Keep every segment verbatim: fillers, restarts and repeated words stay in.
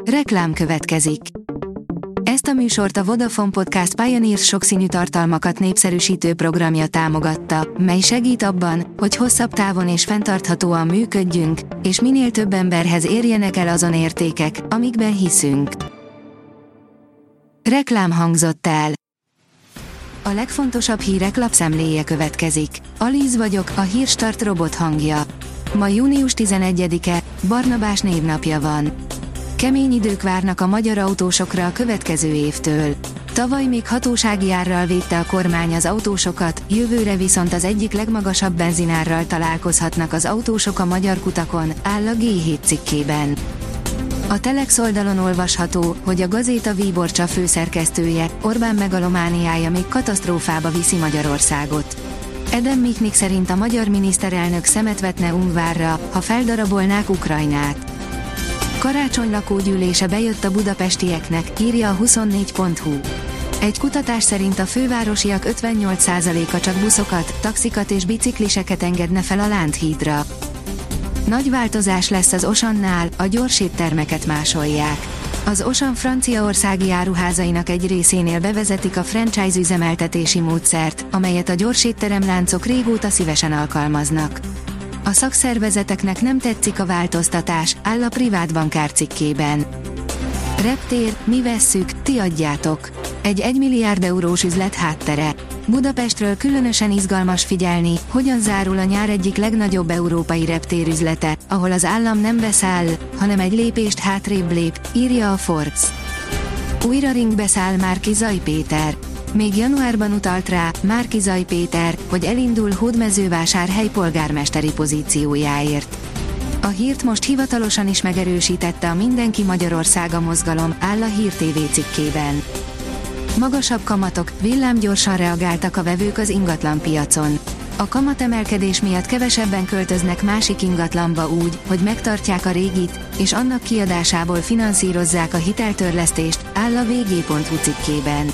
Reklám következik. Ezt a műsort a Vodafone Podcast Pioneers sokszínű tartalmakat népszerűsítő programja támogatta, mely segít abban, hogy hosszabb távon és fenntarthatóan működjünk, és minél több emberhez érjenek el azon értékek, amikben hiszünk. Reklám hangzott el. A legfontosabb hírek lapszemléje következik. Alíz vagyok, a Hírstart robot hangja. Ma június tizenegyedike, Barnabás névnapja van. Kemény idők várnak a magyar autósokra a következő évtől. Tavaly még hatósági árral védte a kormány az autósokat, jövőre viszont az egyik legmagasabb benzinárral találkozhatnak az autósok a magyar kutakon, áll a gé hét cikkében. A Telex oldalon olvasható, hogy a Gazéta Víborcsa főszerkesztője, Orbán megalomániája még katasztrófába viszi Magyarországot. Eden Michnik szerint a magyar miniszterelnök szemet vetne Ungvárra, ha feldarabolnák Ukrajnát. Karácsony lakógyűlése bejött a budapestieknek, írja a huszonnégy pont hu. Egy kutatás szerint a fővárosiak ötvennyolc százaléka csak buszokat, taxikat és bicikliseket engedne fel a Lánchídra. Nagy változás lesz az Auchannál, a gyorséttermeket másolják. Az Auchan franciaországi áruházainak egy részénél bevezetik a franchise üzemeltetési módszert, amelyet a gyorsétteremláncok régóta szívesen alkalmaznak. A szakszervezeteknek nem tetszik a változtatás, áll a Privát Bankár cikkében. Reptér, mi vesszük, ti adjátok. Egy egymilliárd eurós üzlet háttere. Budapestről különösen izgalmas figyelni, hogyan zárul a nyár egyik legnagyobb európai reptérüzlete, ahol az állam nem beszáll, hanem egy lépést hátrébb lép, írja a Forbes. Újra ringbe száll Márki Zay Péter. Még januárban utalt rá, Márki Zay Péter, hogy elindul Hódmezővásárhely polgármesteri pozíciójáért. A hírt most hivatalosan is megerősítette a Mindenki Magyarországa mozgalom, áll a Hír té vé cikkében. Magasabb kamatok, villámgyorsan reagáltak a vevők az ingatlanpiacon. A kamatemelkedés miatt kevesebben költöznek másik ingatlanba úgy, hogy megtartják a régit, és annak kiadásából finanszírozzák a hiteltörlesztést, áll a vé gé pont hu cikkében.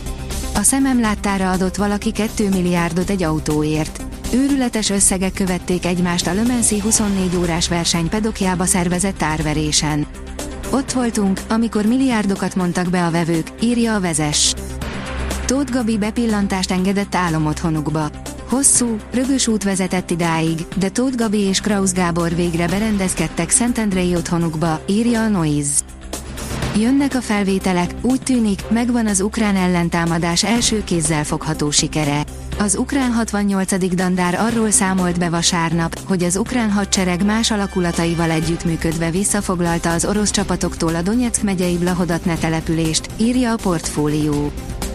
A szemem láttára adott valaki két milliárdot egy autóért. Őrületes összegek követték egymást a Le Mans-i huszonnégy órás verseny pedokjába szervezett árverésen. Ott voltunk, amikor milliárdokat mondtak be a vevők, írja a Vezess. Tóth Gabi bepillantást engedett álomotthonukba. Hosszú, rögös út vezetett idáig, de Tóth Gabi és Krausz Gábor végre berendezkedtek Szentendrei otthonukba, írja a Noise. Jönnek a felvételek, úgy tűnik, megvan az ukrán ellentámadás első kézzel fogható sikere. Az ukrán hatvannyolcadik dandár arról számolt be vasárnap, hogy az ukrán hadsereg más alakulataival együttműködve visszafoglalta az orosz csapatoktól a Donyeck megyei Blahodatne települést, írja a Portfólió.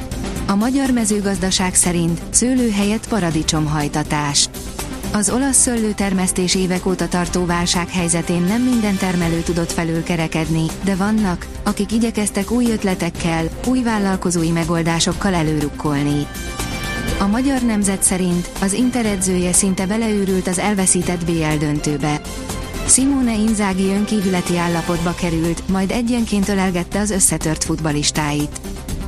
A magyar mezőgazdaság szerint szőlő helyett paradicsomhajtatás. Az olasz szőlőtermesztés évek óta tartó válság helyzetén nem minden termelő tudott felülkerekedni, de vannak, akik igyekeztek új ötletekkel, új vállalkozói megoldásokkal előrukkolni. A Magyar Nemzet szerint az Inter edzője szinte beleőrült az elveszített bé el döntőbe. Simone Inzaghi önkívületi állapotba került, majd egyenként ölelgette az összetört futballistáit.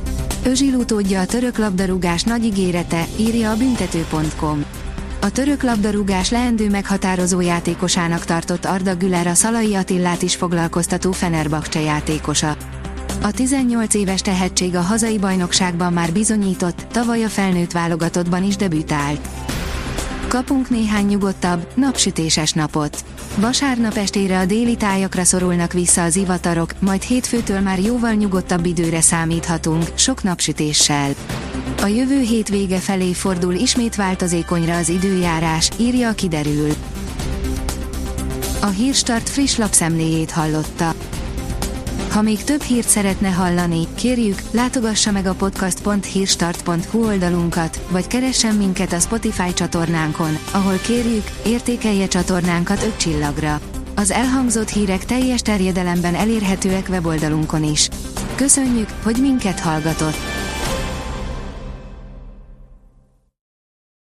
Özil utódja a török labdarúgás nagy ígérete, írja a büntető pont com. A török labdarúgás leendő meghatározó játékosának tartott Arda Güler a Szalai Attillát is foglalkoztató Fenerbahce játékosa. A tizennyolc éves tehetség a hazai bajnokságban már bizonyított, tavaly a felnőtt válogatottban is debütált. Kapunk néhány nyugodtabb, napsütéses napot. Vasárnap estére a déli tájakra szorulnak vissza az zivatarok, majd hétfőtől már jóval nyugodtabb időre számíthatunk, sok napsütéssel. A jövő hét vége felé fordul ismét változékonyra az időjárás, írja a Kiderül. A Hírstart friss lapszemléjét hallotta. Ha még több hírt szeretne hallani, kérjük, látogassa meg a podcast pont hírstart pont hu oldalunkat, vagy keressen minket a Spotify csatornánkon, ahol kérjük, értékelje csatornánkat öt csillagra. Az elhangzott hírek teljes terjedelemben elérhetőek weboldalunkon is. Köszönjük, hogy minket hallgatott!